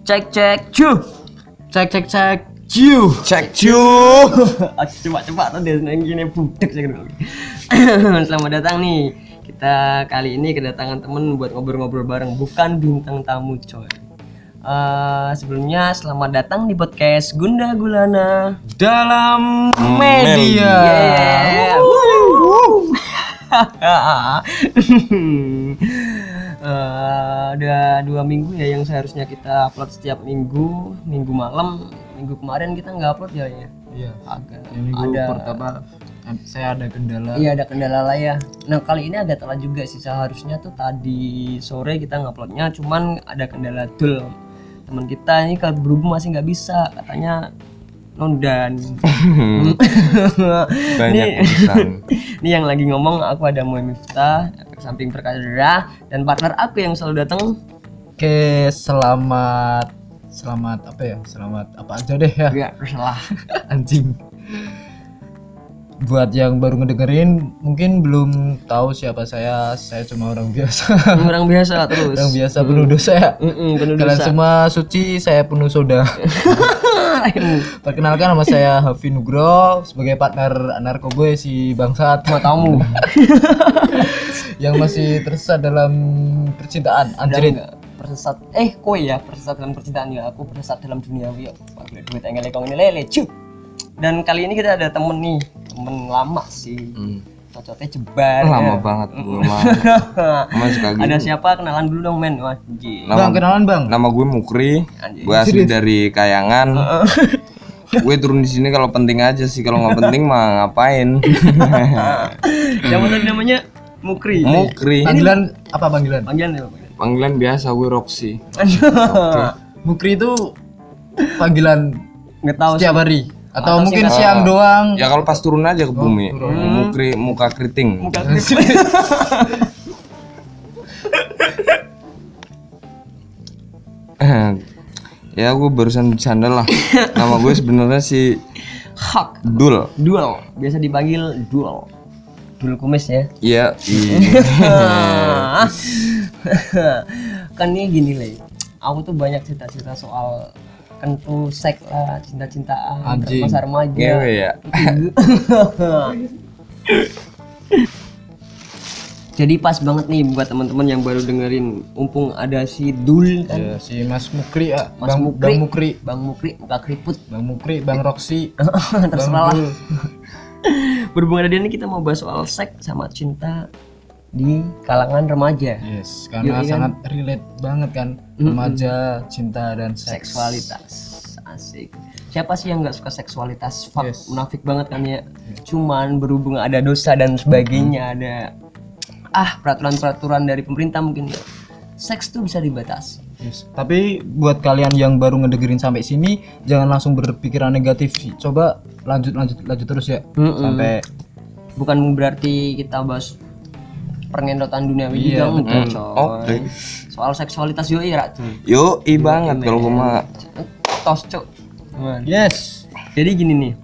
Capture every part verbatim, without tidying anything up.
Cek cek cu. Cek cek cek ciu. Cek cu. Aku coba-coba tuh dia seneng gini budek gitu. Selamat datang nih. Kita kali ini kedatangan temen buat ngobrol-ngobrol bareng, bukan bintang tamu coy. Uh, sebelumnya selamat datang di podcast Gundah Gulana Dalam Media. media. Yeah. uh, udah dua minggu ya yang seharusnya kita upload setiap minggu. Minggu malam, minggu kemarin kita nggak upload ya ya. Iya. Agak Yang minggu ada. pertama saya ada kendala. Iya ada kendala lah ya. Nah kali ini agak telat juga sih, seharusnya tuh tadi sore kita nguploadnya, cuman ada kendala dul. Teman kita ini kalau berhubung masih nggak bisa, katanya nondan. Banyak Nih- urusan. Ini yang lagi ngomong aku ada Moe Miftah, samping Perkasa, dan partner aku yang selalu datang. Oke, selamat selamat apa ya? Selamat apa aja deh ya. Ya salah. Anjing. Buat yang baru ngedengerin mungkin belum tahu siapa saya. Saya cuma orang biasa. Orang biasa terus. Orang biasa penuh dosa ya. Mm-mm, penuh Kalian dosa. semua suci, saya penuh soda. Perkenalkan, nama saya Hafi Nugroho sebagai partner narkoboy si bangsat Mau tamu. yang masih tersesat dalam percintaan. Ada Anjrit. nggak persesat? Eh, kowe ya persesat dalam percintaan ya. Aku persesat dalam dunia. Yuk, pakai duit engel lekong ini lele, cuk. Dan kali ini kita ada temen nih, temen lama sih. Hmm. Cocoknya jebar. Lama ya. banget gue mah. Mama suka gitu. Ada siapa? Kenalan dulu dong, men. Wah, anjing. Nama- Bang, kenalan Bang. Nama gue Mukri. Anjing. Gue asli dari Kayangan. Gue turun di sini kalau penting aja sih, kalau nggak penting mah ngapain. Siapa tadi namanya? Mukri. Mukri. Panggilan apa panggilan? Panggilan ya, panggilan. Panggilan biasa gue Roxy. Mukri itu panggilan Nggak tahu sih. setiap hari atau, Atau mungkin singkat- siang doang. Ya kalau pas turun aja ke bumi. turun. Mukri muka keriting. Muka kritik. Ya gue barusan bercanda lah. Nama gue sebenarnya si Hak. Dul. Duel. Biasa dipanggil duel. Duel kumis ya. Iya. iya. Kan ini gini Le, aku tuh banyak cerita-cerita soal kentu seks lah, cinta-cintaan, Anjing. masa remaja. Ngewe ya. Jadi pas banget nih buat teman-teman yang baru dengerin, mumpung ada si Dul kan, Ya, si Mas Mukri ya, Mas Bang Mukri. Bang Mukri, Bang Mukri muka keriput. Bang Mukri, Bang Roxy. Terserah lah. Dul. Berhubungan dengan ini kita mau bahas soal seks sama cinta di kalangan remaja. Yes, karena Yoi, kan? sangat relate banget kan, remaja, cinta dan seks. Seksualitas asik. Siapa sih yang nggak suka seksualitas? Fuck, Yes. munafik banget kan ya. Cuman berhubung ada dosa dan sebagainya, ada ah peraturan-peraturan dari pemerintah mungkin ya. Seks tuh bisa dibatasi. Yes. Tapi buat kalian yang baru ngedengerin sampai sini, jangan langsung berpikiran negatif sih. Coba lanjut lanjut lanjut terus ya. Mm-mm. Sampai Bukan berarti kita bahas pengendotan duniawi Iya, juga enggak, betul. coy. Oke. Soal seksualitas yoi rak tuh. Yo, i banget kalau gue mah. Tos cok. yes. Jadi gini nih.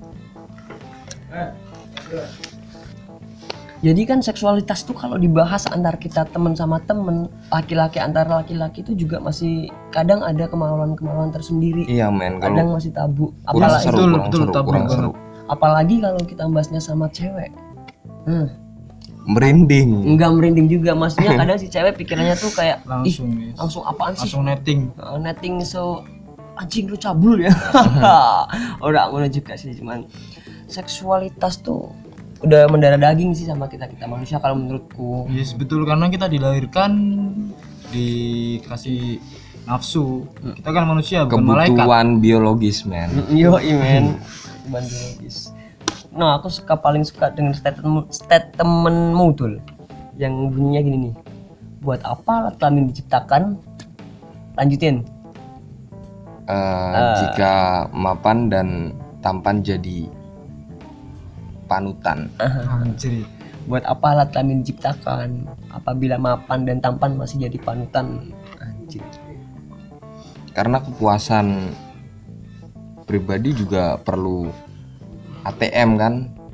Jadi kan seksualitas tuh kalau dibahas antar kita temen sama temen, laki-laki antar laki-laki itu juga masih kadang ada kemaluan-kemaluan tersendiri. Iya men, Kadang kalau masih tabu. kurang Apalagi seru, betul, kurang betul, seru, tabu kurang banget. seru. apalagi kalau kita bahasnya sama cewek. Hmm, Merinding. enggak merinding juga, maksudnya kadang si cewek pikirannya tuh kayak Langsung ih, yes. langsung apaan sih? Langsung netting. Uh, netting so anjing lu cabul ya. Orang ngono juga sih, cuman seksualitas tuh udah mendarah daging sih sama kita kita manusia kalau menurutku. Yes, betul, karena kita dilahirkan dikasih nafsu. Kita kan manusia bukan malaikat. Kebutuhan biologis men. Yo imen biologis. Nah aku suka paling suka dengan statement statementmu tuh yang bunyinya gini nih. Buat apa alat kelamin diciptakan? Lanjutin. Eh, jika mapan dan tampan jadi panutan. Anjir. Buat apa alat kelamin diciptakan apabila mapan dan tampan masih jadi panutan? Anjir. Karena kepuasan pribadi juga perlu A T M kan,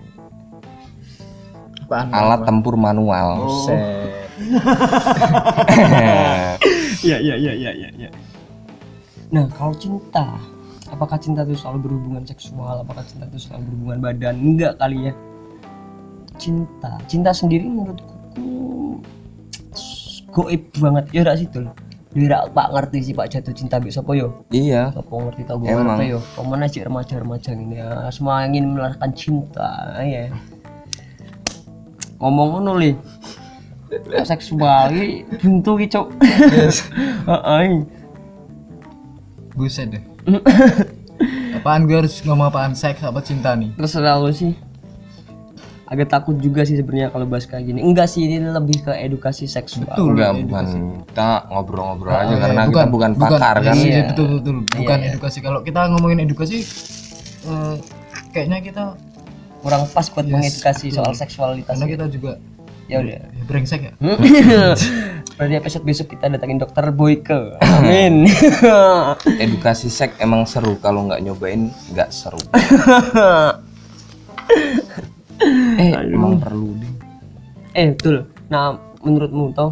Apaan? alat tempur manual. Set. Iya iya iya iya iya. Ya. Nah, kalau cinta, apakah cinta itu selalu berhubungan seksual? Apakah cinta itu selalu berhubungan badan? Enggak kali ya. Cinta, cinta sendiri menurutku goib banget ya rak situ. Ya Pak ngerti sih Pak jatuh cinta mbek sapa yo? Iya. Sapa ngerti tau gue Emang. ngerti yo. Pemana sih remaja-remaja gini ya, semua ingin merasakan cinta ya. Ngomong ngono li. Seksual iki buntu ki cuk. Yes. Heeh. Buset deh. Apaan gue harus ngomong apaan, seks apa cinta nih? Terserah lu sih. Agak takut juga sih sebenarnya kalau bahas kayak gini. Enggak sih, ini lebih ke edukasi seksual. Betul. Enggak, edukasi. bukan kita ngobrol-ngobrol aja Ah, karena iya, kita bukan pakar kan. Iya, Iya. betul betul. Bukan Iya, iya. edukasi. Kalau kita ngomongin edukasi eh, kayaknya kita Kurang pas buat Yes, mengedukasi betul. soal seksualitas. karena kita juga Ya udah. ya, brengsek ya. Berarti episode besok kita datangin dokter Boyke. Amin. Edukasi seks emang seru, kalau nggak nyobain nggak seru. eh emang perlu deh. eh betul. Nah, menurutmu toh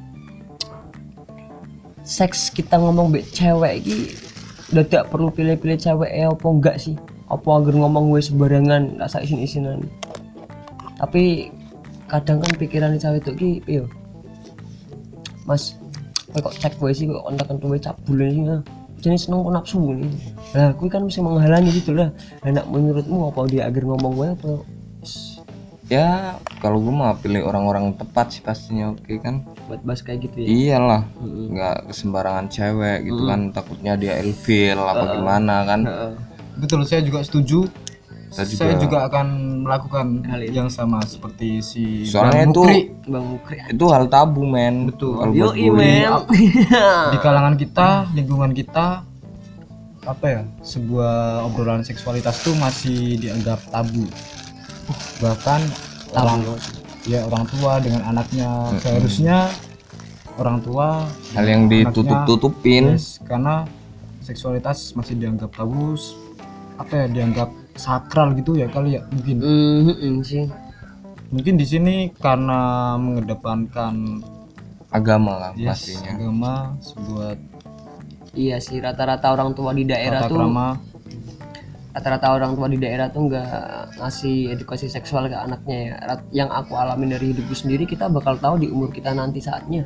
seks kita ngomong mbek cewek iki dadak perlu pilih-pilih cewek ya apa enggak sih? Apa agar ngomong gue sembarangan rasa isin-isinan. Tapi kadang kan pikiran cewek itu ki piye? Mas, kowe kok cek gue sih kok ontakan kowe cabul sih ya. Jadi seneng kok nafsu nih. Nah, gue kan mesti menghalangi gitu lah. Enak menurutmu apa dia agar ngomong gue apa? Ya kalau gue mah pilih orang-orang tepat sih pastinya, oke kan. Buat bahas kayak gitu ya. Iyalah, Mm-mm. nggak sembarangan cewek gitu kan, takutnya dia ilfil apa gimana kan. Heeh. Betul, saya juga setuju. Saya Saya juga- juga akan melakukan Hal itu. yang sama seperti si Soalnya Bang itu Mukri. Bang Mukri. itu hal tabu men. Betul. Kalau Yo buat gue. email. Di kalangan kita, lingkungan kita, apa ya, sebuah obrolan seksualitas tuh masih dianggap tabu. Bahkan orang ya orang tua dengan anaknya, seharusnya orang tua Hal yang anaknya- ditutup-tutupin. yes, karena seksualitas masih dianggap tabu, apa ya, dianggap sakral gitu ya kali ya, mungkin Hmm, sih. mungkin di sini karena mengedepankan Agama lah yes, pastinya. agama, sebuah Iya sih, rata-rata orang tua di daerah tata tuh krama. rata-rata orang tua di daerah tuh nggak ngasih edukasi seksual ke anaknya ya. Rat- Yang aku alami dari hidupku sendiri, kita bakal tahu di umur kita nanti saatnya.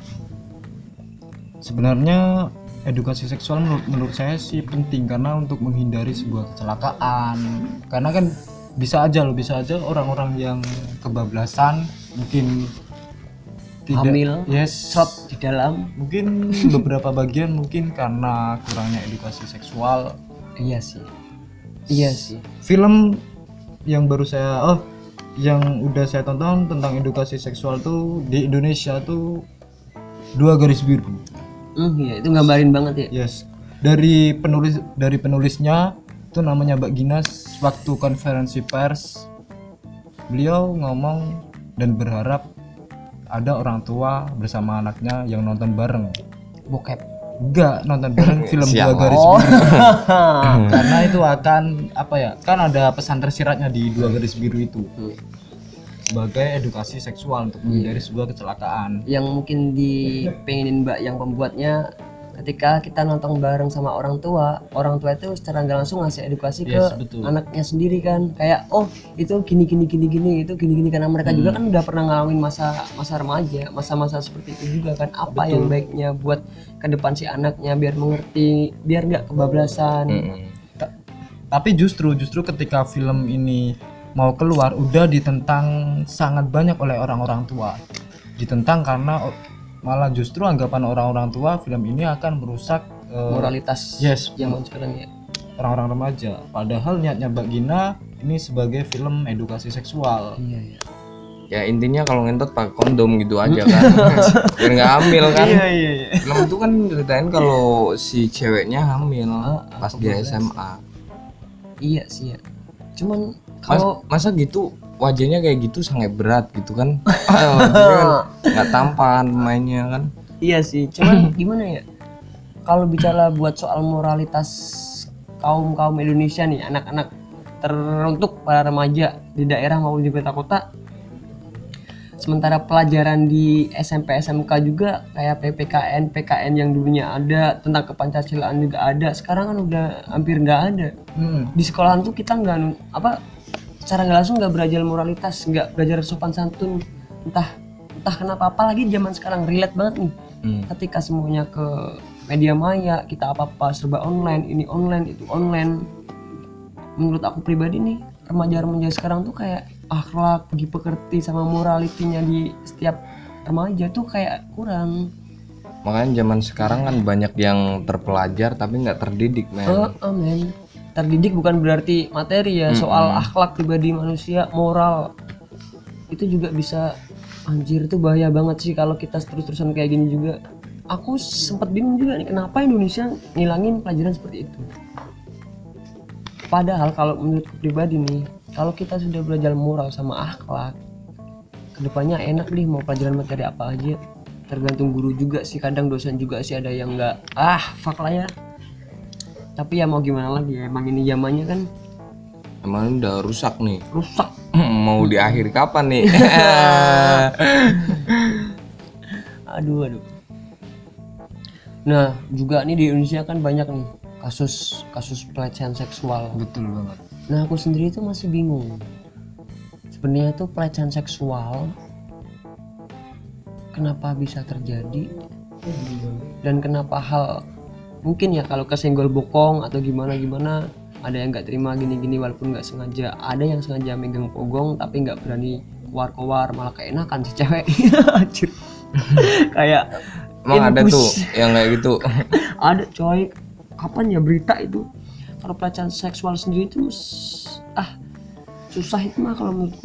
Sebenarnya edukasi seksual menurut, menurut saya sih penting karena untuk menghindari sebuah kecelakaan. Karena kan bisa aja loh, bisa aja orang-orang yang kebablasan mungkin Hamil, yes, Shot di dalam. mungkin beberapa bagian mungkin karena kurangnya edukasi seksual. Iya sih. Iya sih. Film yang baru saya oh yang udah saya tonton tentang edukasi seksual tuh di Indonesia tuh Dua Garis Biru. Hmm, iya, itu gambarin banget ya. Yes, dari penulis dari penulisnya itu namanya Mbak Ginas. Waktu konferensi pers beliau ngomong dan berharap ada orang tua bersama anaknya yang nonton bareng. Bokep. Enggak, nonton bareng film Dua Sialan. Garis Oh. Biru. Karena itu akan apa ya? Kan ada pesan tersiratnya di Dua Garis Biru itu sebagai edukasi seksual untuk menghindari sebuah kecelakaan. Yang mungkin dipengenin Mbak yang pembuatnya, ketika kita nonton bareng sama orang tua, orang tua itu secara nggak langsung ngasih edukasi Yes, ke betul. anaknya sendiri kan, kayak oh itu gini gini gini gini itu gini gini, karena mereka juga kan udah pernah ngalamin masa masa remaja, masa-masa seperti itu juga kan, apa yang baiknya buat ke depan si anaknya biar mengerti, biar nggak kebablasan. Mm-mm. Ta- Tapi justru justru ketika film ini mau keluar udah ditentang sangat banyak oleh orang-orang tua. Ditentang karena o- malah justru anggapan orang-orang tua film ini akan merusak eh, Moralitas yes, zaman sekarang ya. orang-orang remaja. Padahal niatnya Mbak Gina ini sebagai film edukasi seksual. Iya iya. Ya intinya kalau ngentot pakai kondom gitu aja kan. Biar nggak hamil kan. iya iya. Film itu kan ceritain kalau si ceweknya hamil pas dia S M A. Iya sih ya. Cuman Mas, kalau masa gitu wajahnya kayak gitu sangat berat gitu kan. Wajahnya kan nggak tampan mainnya kan. iya sih, cuman gimana ya? Kalau bicara buat soal moralitas kaum kaum Indonesia nih, anak-anak teruntuk para remaja di daerah maupun di kota-kota, sementara pelajaran di S M P S M K juga kayak P P K N P K N yang dulunya ada, tentang kepancasilaan juga ada, sekarang kan udah hampir nggak ada. Hmm. Di sekolahan tuh kita nggak nu- apa secara nggak langsung nggak belajar moralitas, nggak belajar sopan santun, entah entah kenapa, apalagi zaman sekarang relate banget nih. Hmm. Ketika semuanya ke media maya, kita apa-apa serba online, ini online itu online. Menurut aku pribadi nih, remaja-remaja sekarang tuh kayak akhlak, budi pekerti sama moralitinya di setiap remaja tuh kayak kurang. Makanya zaman sekarang kan banyak yang terpelajar tapi nggak terdidik, men. Oh, amin. Terdidik bukan berarti materi ya, soal akhlak pribadi manusia, moral. Itu juga bisa, anjir itu bahaya banget sih kalau kita terus-terusan kayak gini juga. Aku sempat bingung juga nih kenapa Indonesia ngilangin pelajaran seperti itu. Padahal kalau menurutku pribadi nih, kalau kita sudah belajar moral sama akhlak, kedepannya enak nih mau pelajaran materi apa aja. Tergantung guru juga sih, kadang dosen juga sih ada yang nggak, ah fuck lah ya. Tapi ya mau gimana lagi ya, emang ini zamannya kan Emang udah rusak nih. rusak. Mau di akhir kapan nih? Aduh aduh. Nah juga nih di Indonesia kan banyak nih kasus kasus pelecehan seksual. Betul banget. Nah aku sendiri tuh masih bingung. Sebenarnya tuh pelecehan seksual kenapa bisa terjadi dan kenapa hal mungkin ya kalau kesenggol bokong atau gimana gimana ada yang nggak terima gini-gini walaupun nggak sengaja, ada yang sengaja megang pogong tapi nggak berani keluar-keluar malah keenakan si cewek. Anjir. Kayak Emang ada infus. tuh yang kayak gitu. Ada coy, kapan ya berita itu kalau pelecehan seksual sendiri itu s- ah susah itu mah kalau menurutku.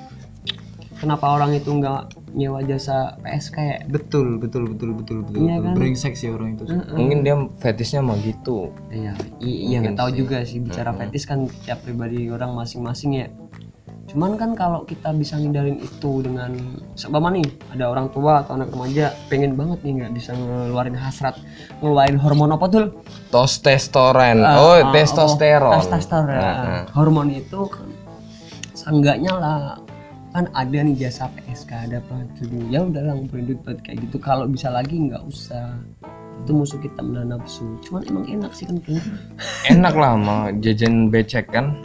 Kenapa orang itu nggak nyewa jasa P S K ya? Betul, betul, betul, betul, betul. Iya betul. kan? Brengsek sih orang itu. Mungkin dia fetishnya mah gitu. Iya, i- iya nggak Mungkin tahu sih. juga sih, bicara fetish kan tiap pribadi orang masing-masing ya. Cuman kan kalau kita bisa ngindarin itu dengan seumpama nih ada orang tua atau anak remaja pengen banget nih nggak bisa ngeluarin hasrat, ngeluarin hormon apa tuh? Testosteron. Ah, Oh, ah, testosteron. oh, testosteron. Nah, Hormon itu kan seenggaknya lah kan ada nih jasa P S K, ada apa dulu ya udahlah ngumpulin duit buat kayak gitu. Kalau bisa lagi nggak usah, itu musuh kita menahan nafsu. Cuman emang enak sih kan kayaknya. enak lah mah jajan becek kan.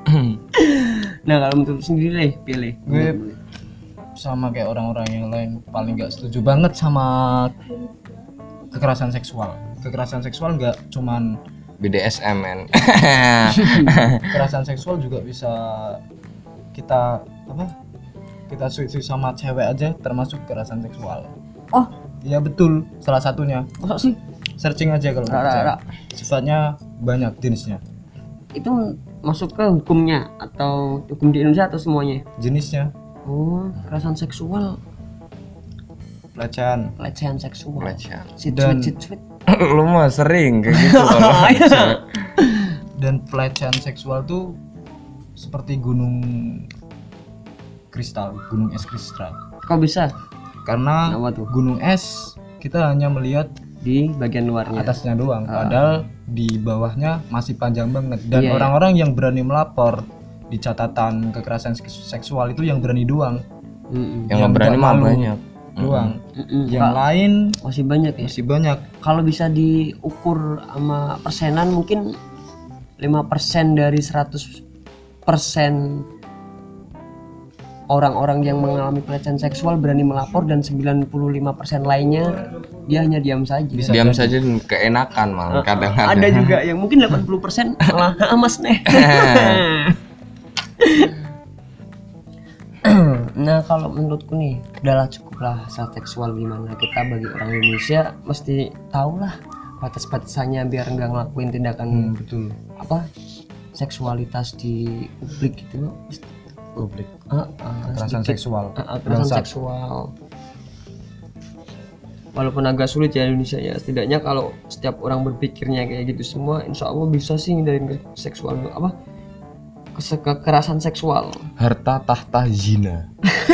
Nah kalau menurut sendiri deh pilih Gue sama kayak orang-orang yang lain paling nggak setuju banget sama kekerasan seksual. Kekerasan seksual nggak cuman B D S M men. kekerasan seksual juga bisa kita apa? Kita sweet sama cewek aja termasuk kekerasan seksual. Oh Iya betul, salah satunya. masa sih Searching aja kalau mau Ra, ra, percaya. ra. Sifatnya banyak jenisnya. itu masuk ke hukumnya atau hukum di Indonesia atau semuanya? Jenisnya Oh kekerasan seksual, pelecehan. pelecehan seksual, Pelecehan. sit Dan- sweet sit sweet. Lu mah sering kayak gitu kalau cewek. Dan pelecehan seksual tuh seperti gunung kristal, gunung es kristal. Kok bisa Karena Kenapa tuh? gunung es kita hanya melihat di bagian luarnya? atasnya doang, Ah. padahal di bawahnya masih panjang banget. Dan Iya, iya. orang-orang yang berani melapor di catatan kekerasan seks- seksual itu yang berani doang, Mm-mm. Yang Yang nggak berani nggak mah malu. banyak. doang. Mm-mm. Yang Pak, lain masih banyak ya. masih banyak. Kalau bisa diukur sama persenan mungkin lima persen dari seratus persen orang-orang yang mengalami pelecehan seksual berani melapor dan sembilan puluh lima persen lainnya dia hanya diam saja. Bisa Diam jadi. saja dan keenakan malah kadang-kadang. Ada juga yang mungkin delapan puluh persen malah "Ah, mas nih. Nah kalau menurutku nih udahlah cukuplah saat seksual gimana, kita bagi orang Indonesia mesti tahu lah batas-batasannya biar nggak ngelakuin tindakan Hmm, betul. apa seksualitas di publik gitu. Publik. Ah, ah, Kekerasan sedikit. seksual. Ah, ah, kekerasan Bangsat. seksual. Walaupun agak sulit ya Indonesia ya, setidaknya kalau setiap orang berpikirnya kayak gitu semua, insya Allah bisa sih hindarin ke- seksual apa kese- kekerasan seksual. Harta tahta zina.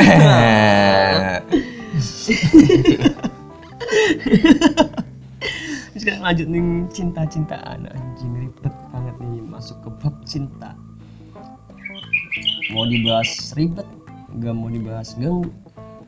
Sekarang lanjut nih cinta-cintaan, anjing ribet banget nih masuk ke bab cinta. Mau dibahas ribet, nggak mau dibahas enggak.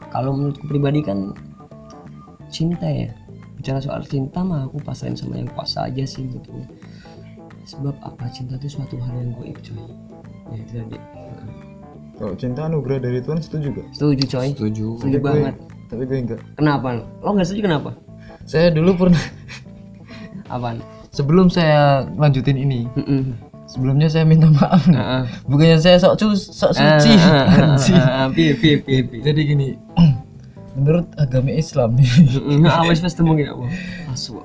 Kalau menurutku pribadi kan cinta ya, bicara soal cinta mah aku pasain sama yang kuasa aja sih gitu. Sebab apa, cinta itu suatu hal yang goib coy. Ya itu tadi. Kalau cinta anugerah dari Tuhan setuju gak? Setuju coy. Setuju. Setuju banget. Tapi gue enggak. Kenapa? Lo nggak setuju kenapa? Saya dulu pernah Apaan? sebelum saya lanjutin ini, Mm-mm. sebelumnya saya minta maaf. nih. Heeh. Bukannya saya sok cu, sok suci. Ah, ah, ah, Anjing. ah, ah, Piye piye piye piye. Jadi gini, menurut agama Islam nih, Mm-mm. Ah, wes wes temu gitu. Asu.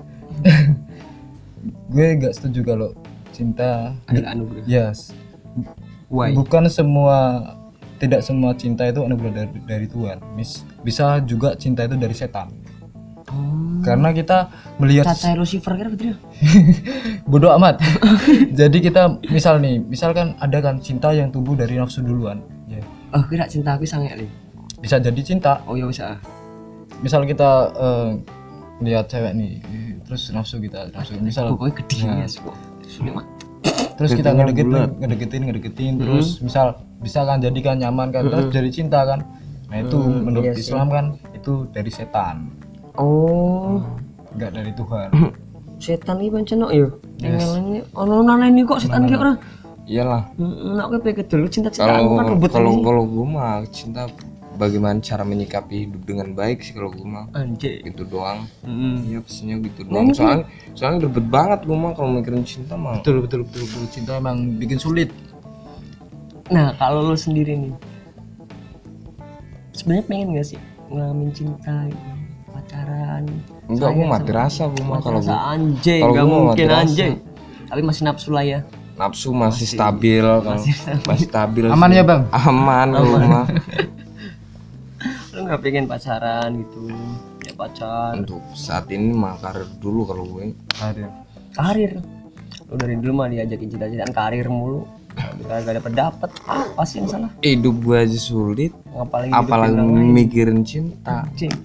gue nggak setuju kalau cinta. Adalah anugerah. Yes. Why? Bukan semua, tidak semua cinta itu anugerah dari, dari Tuhan. Mis, bisa juga cinta itu dari setan. Oh. Karena kita melihat Caca Lucifer kira betul. bodoh amat. Jadi kita misal nih, misalkan ada kan cinta yang tumbuh dari nafsu duluan. Ya. Oh, kira cinta aku sange nih. Bisa jadi cinta. Oh ya bisa. Misal kita eh, lihat cewek nih, terus nafsu kita, nafsu. Misal Pokoknya gede Nah. ya, semua. Sudah mah. terus kita Titiknya ngedeketin, bulat. ngedeketin, ngedeketin, terus misal bisa kan jadikan nyaman kan, terus jadi cinta kan. Nah itu menurut iya sih. Islam kan itu dari setan, Oh, nggak dari Tuhan. setan iki pancen kok ya. Ini ono nanene kok setan ki ora. Iyalah. Heeh, nek kowe pengen dulu cinta-cintaan Kalau kan rebut kalau ini. kalau gue mah cinta bagaimana cara menyikapi hidup dengan baik sih kalau gue mah. Anjir. Gitu doang. Heeh. Iya pastinya gitu doang. Soalnya soalnya ribet banget gue mah kalau mikirin cinta mah. Betul betul betul betul, cinta emang bikin sulit. Nah, kalau lu sendiri nih. Sebenarnya pengen gak sih ngalamin cinta gitu, pacaran? Enggak, gue sayang mati sama- rasa gue mah Mati kalau rasa gue. anjing, kalau gak gua mah mungkin mati rasa. anjing. Tapi masih nafsu lah ya. Nafsu masih, stabil kalau masih stabil. Aman sih. ya, Bang? Aman kalau mah. Lu gak pengen pacaran gitu? Ya pacar, Untuk saat ini mah karir dulu kalau gue. Ada. karir. Lu dari dulu mah diajakin cita-citaan karir mulu. Gak gak dapet dapet, apa sih yang salah? Hidup gue aja sulit, Apalagi apalagi hidupin orang lain. mikirin cinta. Anjing.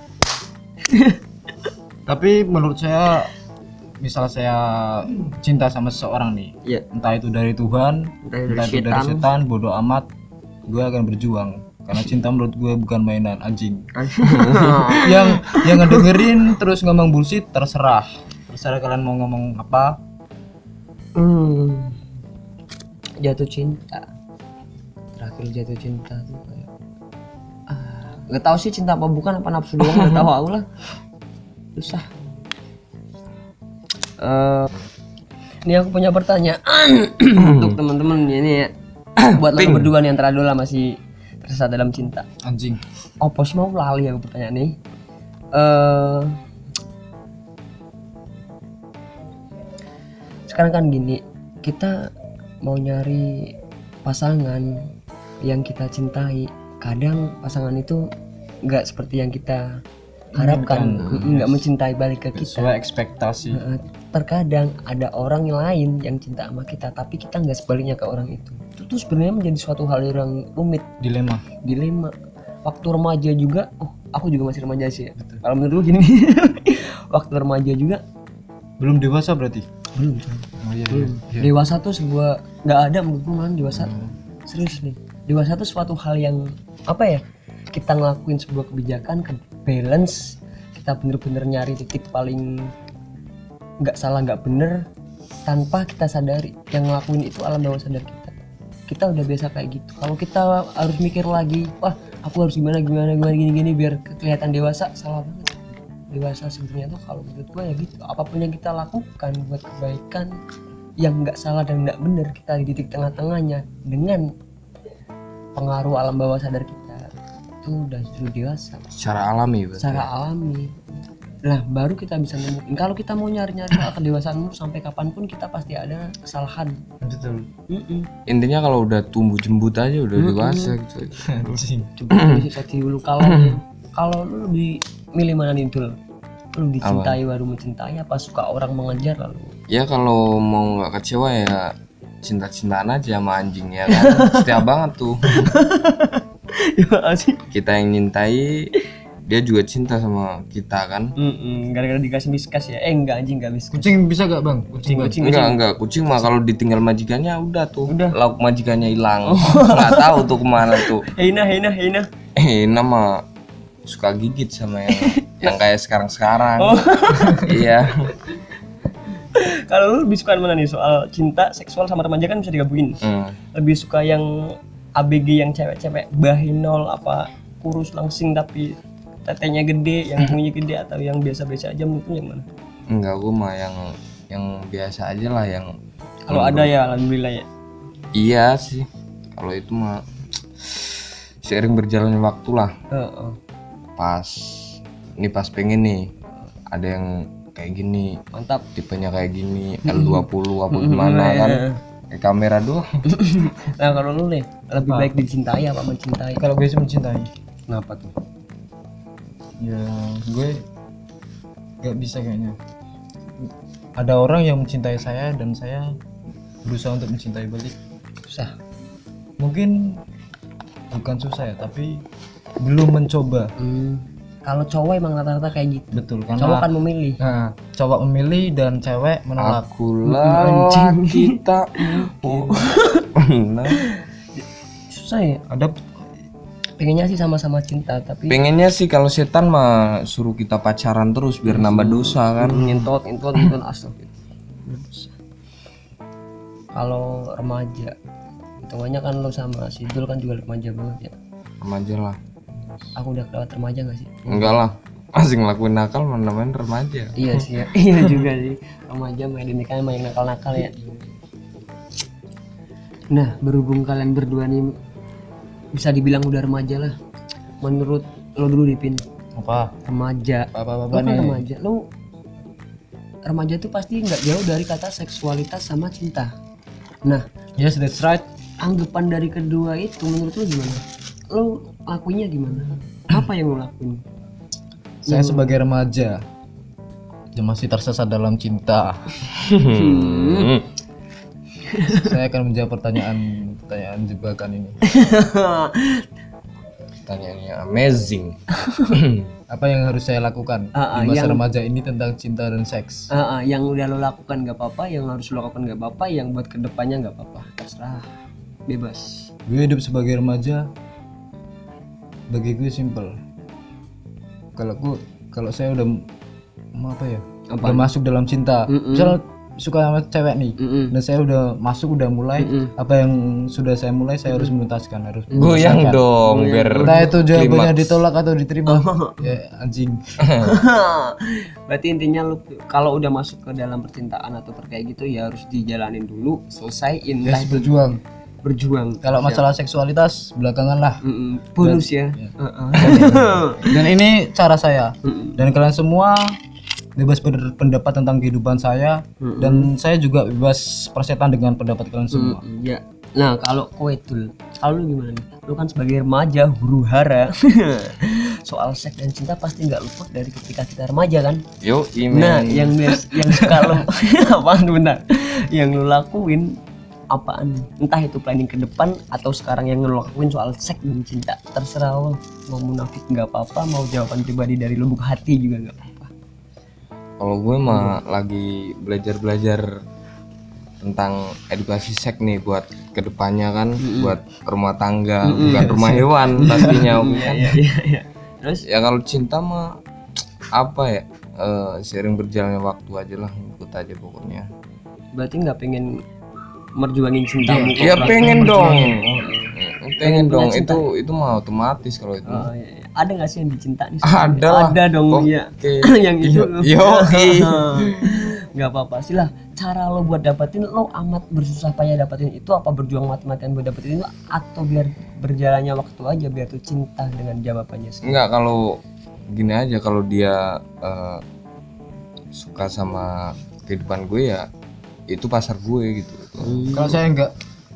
Tapi menurut saya, misal saya cinta sama seseorang nih, Iya. entah itu dari Tuhan, Entah entah dari itu dari setan. setan, bodoh amat, gue akan berjuang. Karena cinta menurut gue bukan mainan, anjing. yang yang ngedengerin terus ngomong bullshit, terserah. Terserah kalian mau ngomong apa. Hmm. Jatuh cinta. Terakhir jatuh cinta tuh kayak ah, nggak tahu sih cinta apa bukan, apa nafsu doang, nggak tahu aku lah. Susah. Eh, ini aku punya pertanyaan untuk teman-teman ini ya. Buat lo berdua nih antara dulu lah masih tersesat dalam cinta. Anjing. Apa sih mau lali aku pertanyaan nih? Eh sekarang kan gini, kita mau nyari pasangan yang kita cintai, kadang pasangan itu nggak seperti yang kita harapkan, Mm, nggak mencintai balik ke kita. Sesuai ekspektasi. Heeh. Terkadang ada orang lain yang cinta sama kita, tapi kita nggak sebaliknya ke orang itu. Itu tuh sebenarnya menjadi suatu hal yang rumit, Dilema. dilema. Waktu remaja juga, oh aku juga masih remaja sih ya. Kalau menurut gue gini, waktu remaja juga Belum dewasa berarti? belum. coy. Oh iya. Belum. Dewasa tuh sebuah nggak ada menurut gue malah dewasa. Serius nih. Dewasa tuh suatu hal yang apa ya? Kita ngelakuin sebuah kebijakan ke balance, kita bener-bener nyari titik paling nggak salah nggak bener tanpa kita sadari yang ngelakuin itu alam bawah sadar kita. Kita udah biasa kayak gitu. Kalau kita harus mikir lagi, wah aku harus gimana gimana gimana gini gini biar kelihatan dewasa, salah banget. Dewasa sebenarnya tuh kalau menurut gue ya gitu, apapun yang kita lakukan buat kebaikan yang nggak salah dan nggak bener, kita di titik tengah-tengahnya dengan pengaruh alam bawah sadar kita, itu udah justru dewasa Secara alami berarti. secara alami. Nah baru kita bisa nemuin, kalau kita mau nyari-nyari hal kedewasaan sampai kapanpun kita pasti ada kesalahan. Betul. Mm-mm. Intinya kalau udah tumbuh jembut aja udah dewasa gitu. Anjing. Coba bisa dulu kalau kalau lu lebih milih mana nih Dul? Lu dicintai baru mencintai apa suka orang mengejar lalu? Ya kalau mau nggak kecewa ya cinta-cintaan aja sama anjing ya kan. Setia banget tuh. Ya sih. Kita yang nyintai, dia juga cinta sama kita kan. Mm-mm, gara-gara dikasih miskas ya? Eh enggak anjing enggak miskas. Kucing bisa gak bang? Kucing, Bang? Kucing Enggak enggak kucing mah kalau ditinggal majikannya udah tuh. Udah. Lauk majikannya hilang. Nggak tahu tuh kemana tuh. Hina hina hina. Eh nama suka gigit sama yang yang kayak sekarang-sekarang. Oh. Iya. Kalau lu lebih suka mana nih soal cinta, seksual sama remaja kan bisa digabungin. Hmm. Lebih suka yang A B G yang cewek-cewek bahinol apa kurus langsing tapi tetenya gede, yang punya gede atau yang biasa-biasa aja menurut lu yang mana? Enggak, gue mah yang yang biasa aja lah yang Kalau ada ya alhamdulillah ya. iya sih. Kalau itu mah seiring berjalannya waktu lah. Heeh. Pas ini pas pengen nih ada yang kayak gini, Mantap. tipenya kayak gini, L dua puluh apa gimana kan. Kayak kamera doang. Nah, kalau lu nih lebih baik dicintai apa mencintai? Kalau gue sih mencintai. Kenapa tuh? Ya gue nggak bisa kayaknya. Ada orang yang mencintai saya dan saya berusaha untuk mencintai balik. Susah. Mungkin bukan susah ya, tapi belum mencoba. Hmm. Kalau cowok emang rata-rata kayak gitu. Betul, karena Cowok kan memilih. nah, cowok memilih dan cewek menolak. Akulah Anjing. kita. Oh. Nah, Susah ya. Ada Pengennya sih sama-sama cinta tapi pengennya sih kalau setan mah suruh kita pacaran terus biar nambah dosa kan. ngentot ngentot ngentot astagfirullah. Kalau remaja hitungannya kan lo sama si Dul kan juga remaja banget ya. Remaja lah. Aku udah kelewat remaja gak sih? Enggak lah. Masih ngelakuin nakal mana main remaja. Iya sih ya. Iya juga sih. Remaja main ini kan main nakal-nakal ya. Nah, berhubung kalian berdua nih bisa dibilang udah remaja lah. Menurut lo dulu Dipin, apa? remaja. Apa-apa Lo kan nih? remaja. Lo remaja tuh pasti nggak jauh dari kata seksualitas sama cinta. Nah, Yes, that's right. anggapan dari kedua itu menurut lo gimana? Lo lakuinnya gimana? Apa yang lo lakuin? Saya sebagai remaja yang masih tersesat dalam cinta. Hmm. Saya akan menjawab pertanyaan pertanyaan jebakan ini. Pertanyaannya amazing. Apa yang harus saya lakukan Ah, ah, di masa yang- remaja ini tentang cinta dan seks? Ah, ah, yang udah lo lakukan nggak apa-apa, yang harus lo lakukan nggak apa-apa, yang buat kedepannya nggak apa-apa, terserah, bebas. Gue hidup sebagai remaja, bagi gue simple. Kalau gue, kalau saya udah mau apa ya, Apa? udah masuk dalam cinta, Mm-mm. misal suka sama cewek nih, Mm-mm. dan saya udah masuk, udah mulai, Mm-mm. apa yang sudah saya mulai saya harus menuntaskan, harus Goyang menyelesaikan. dong biar Entah itu jawabannya klimaks. ditolak atau diterima, ya anjing. Berarti intinya lo kalau udah masuk ke dalam percintaan atau kayak gitu ya harus dijalanin dulu, selesaiin, entah Yes, itu berjuang. berjuang. Kalau masalah seksualitas belakangan lah. Mm-mm. Pulus ya. Ya. Heeh. Dan ini cara saya. Mm-mm. Dan kalian semua bebas berpendapat tentang kehidupan saya, Mm-mm. dan saya juga bebas persetan dengan pendapat kalian semua. Mm, ya. Nah, kalau kowe Dul, kalau lu gimana nih? Lu kan sebagai remaja huru hara. Soal seks dan cinta pasti nggak luput dari ketika kita remaja kan? Yo, Nah, imen. yang bias, yang suka lo apaan tuh, bentar? Yang lu lakuin apaan? Entah itu planning ke depan atau sekarang yang lu lakuin soal seks dan cinta. Terserah lo. Mau munafik nggak apa-apa, mau jawaban pribadi dari lubuk hati juga nggak apa-apa. Kalau gue mah lagi belajar-belajar tentang edukasi seks nih buat kedepannya kan, buat rumah tangga, bukan rumah hewan pastinya. Iya, iya, iya, iya. Terus Ya kalau cinta mah apa ya, eh, sering berjalannya waktu aja lah, ikut aja pokoknya. berarti nggak pengen merjuangin cintamu? ke Ya orang- pengen dong, pengen punya dong. cinta. Itu itu mah otomatis kalau itu. Oh, iya, iya. Ada nggak sih yang dicinta nih? Ada lah. Ada dong, Oke. iya. Yang itu. Yo, Nggak apa-apa sih lah. Cara lo buat dapetin, lo amat bersusah payah dapetin itu apa berjuang mati-matian buat dapetin itu, atau biar berjalannya waktu aja biar tuh cinta dengan jawabannya sendiri? Enggak, kalau gini aja, kalau dia eh, suka sama kehidupan gue ya itu pasar gue gitu. Kalau saya enggak,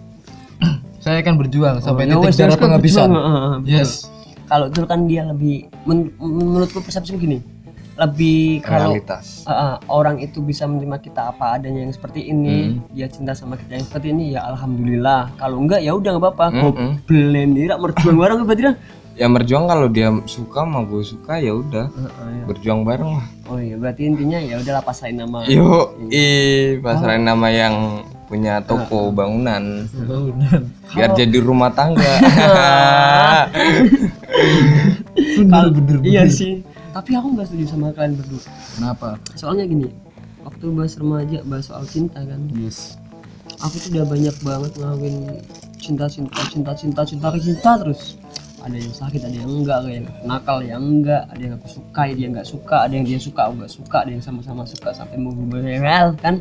saya akan berjuang sampai ya titik wes, darah harus kan penghabisan. berjuang, heeh, heeh, betul. Yes. Kalau itu kan dia lebih men- menurutku persepsiku gini, lebih kalau Realitas. uh, uh, orang itu bisa menerima kita apa adanya yang seperti ini, dia cinta sama kita yang seperti ini, ya alhamdulillah. Kalau enggak ya udah nggak apa-apa. Kok Mm-mm. belendira merjuang bareng berarti dah. Ya berjuang kalau dia suka sama gue suka ya udah, Heeh, ya. berjuang bareng lah. Oh iya, berarti intinya ya udahlah pasain nama. Yo, ih, pasaran nama yang punya toko bangunan biar jadi rumah tangga. Kalau bener, iya bener. sih. Tapi aku nggak setuju sama kalian berdua. Kenapa? Soalnya gini, waktu bahas remaja, bahas soal cinta kan, Yes. aku tuh udah banyak banget ngelakuin cinta cinta cinta cinta cinta cinta terus. Ada yang sakit, ada yang enggak, ada yang nakal, yang enggak, ada yang aku suka, dia nggak suka, ada yang dia suka, aku nggak suka, ada yang sama-sama suka sampai mau berhubungan kan.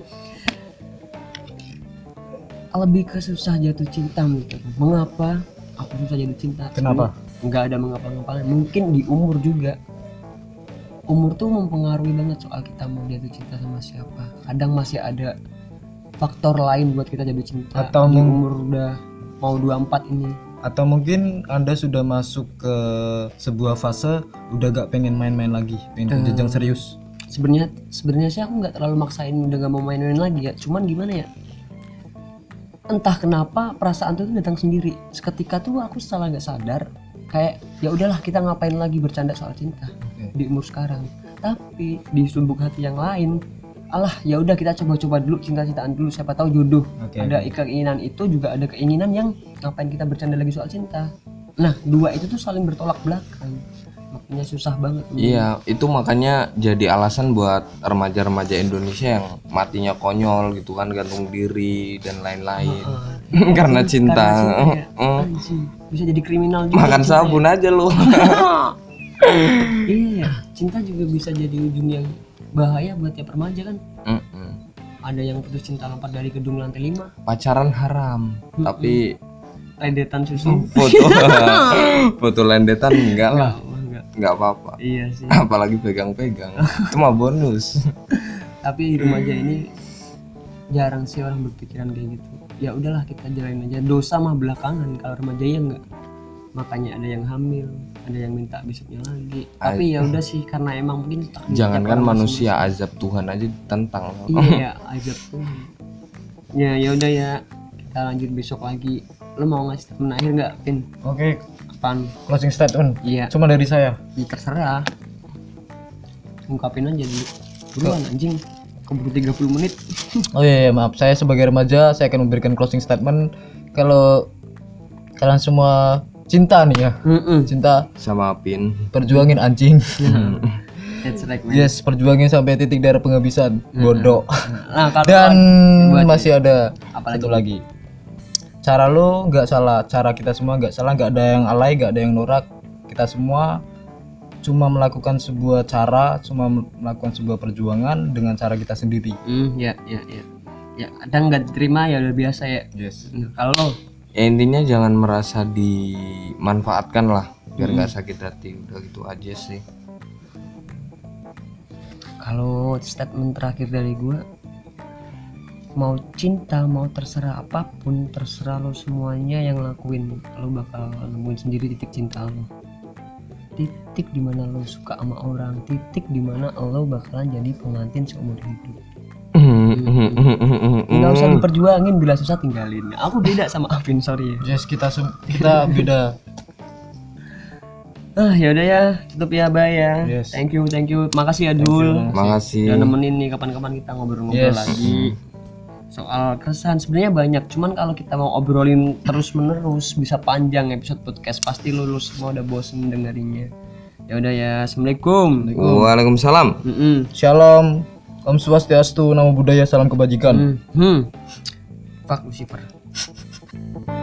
Lebih ke susah jatuh cinta menurut aku. Mengapa aku susah jatuh cinta? Kenapa? Nggak ada mengapa-ngapain. Mungkin di umur juga. Umur tuh mempengaruhi banget soal kita mau jatuh cinta sama siapa. Kadang masih ada faktor lain buat kita jatuh cinta. Atau di mung- umur udah mau dua puluh empat ini. Atau mungkin Anda sudah masuk ke sebuah fase udah gak pengen main-main lagi, pengen ke jenjang serius. Sebenarnya sebenarnya sih aku nggak terlalu maksain udah nggak mau main-main lagi ya. Cuman gimana ya? Entah kenapa perasaan itu datang sendiri. Seketika tuh aku salah nggak sadar kayak ya udahlah kita ngapain lagi bercanda soal cinta Oke. di umur sekarang. Tapi di lubuk hati yang lain, alah ya udah kita coba-coba dulu cinta-cintaan dulu, siapa tahu jodoh. Oke, Ada oke. keinginan itu juga ada keinginan yang ngapain kita bercanda lagi soal cinta. Nah dua itu tuh saling bertolak belakang, makanya susah banget. Iya, itu makanya jadi alasan buat remaja-remaja Indonesia yang matinya konyol gitu kan, gantung diri dan lain-lain. Heeh. Karena cinta. Karena cinta ya. Mm. Anjing, bisa jadi kriminal juga. Makan cinta sabun aja lu. ya. Iya, cinta juga bisa jadi ujung yang bahaya buat tiap remaja kan. Mm-mm. Ada yang putus cinta lompat dari gedung lantai lima, Pacaran haram, tapi ledetan susu. foto foto lendetan enggak lah, Enggak, enggak. enggak apa-apa. Iya sih. Apalagi pegang-pegang. Itu mah bonus. Tapi di remaja ini jarang sih orang berpikiran kayak gitu. Ya udahlah kita jalanin aja. Dosa mah belakangan, kalau remaja ya enggak. Makanya ada yang hamil, ada yang minta besoknya lagi. Tapi ya udah sih karena emang mungkin takdir Jangankan tiap orang manusia, azab Tuhan aja ditentang. masing-masing. Iya, azab tuh. Ya ya udah ya. Kita lanjut besok lagi. Lo mau ngasih statement akhir nggak, Pin? Oke, Apaan? closing statement. Iya, Cuma dari saya. ya terserah. Ungkapin aja dulu. Buruan anjing. Keburu tiga puluh menit. Oh iya, iya, maaf, saya sebagai remaja saya akan memberikan closing statement. Kalau kalian semua cinta nih ya, Heeh. cinta, Sama Pin. perjuangin anjing. That's right, man. Yes, perjuangin sampai titik darah penghabisan. Bodoh. Nah, kalau Dan buat- masih ada Apalagi? satu lagi. Cara lu nggak salah, cara kita semua nggak salah, nggak ada yang alay, nggak ada yang norak. Kita semua cuma melakukan sebuah cara, cuma melakukan sebuah perjuangan dengan cara kita sendiri. Hmm, ya, ya, ya. Ya, ada nggak diterima ya udah biasa ya. Yes. Nah, kalau lo, Ya, intinya jangan merasa dimanfaatkan lah, biar nggak sakit hati. Udah gitu aja sih. kalau statement terakhir dari gua, mau cinta, mau terserah apapun, terserah lo semuanya yang lakuin. Lo bakal nemuin sendiri titik cinta lo. Titik dimana lo suka sama orang, titik dimana lo bakalan jadi pengantin seumur hidup. Nggak usah diperjuangin, bila susah tinggalin. Aku beda sama Apin, sorry ya. Yes, kita sem- kita beda. Ah ya udah ya, tutup ya, bye ya. Yes. Thank you, thank you. Makasih ya Dul. Makasih. Udah nemenin nih, kapan-kapan kita ngobrol-ngobrol Yes. lagi. Soal keresahan sebenarnya banyak, cuman kalau kita mau obrolin terus-menerus bisa panjang episode podcast. Pasti lu, lu semua udah bosen dengerinnya. Ya udah ya, assalamualaikum. Waalaikumsalam. Mm-mm. Shalom, Om Swastiastu, Namo Buddhaya, salam kebajikan. Hmm. Hmm. Fuck Lucifer.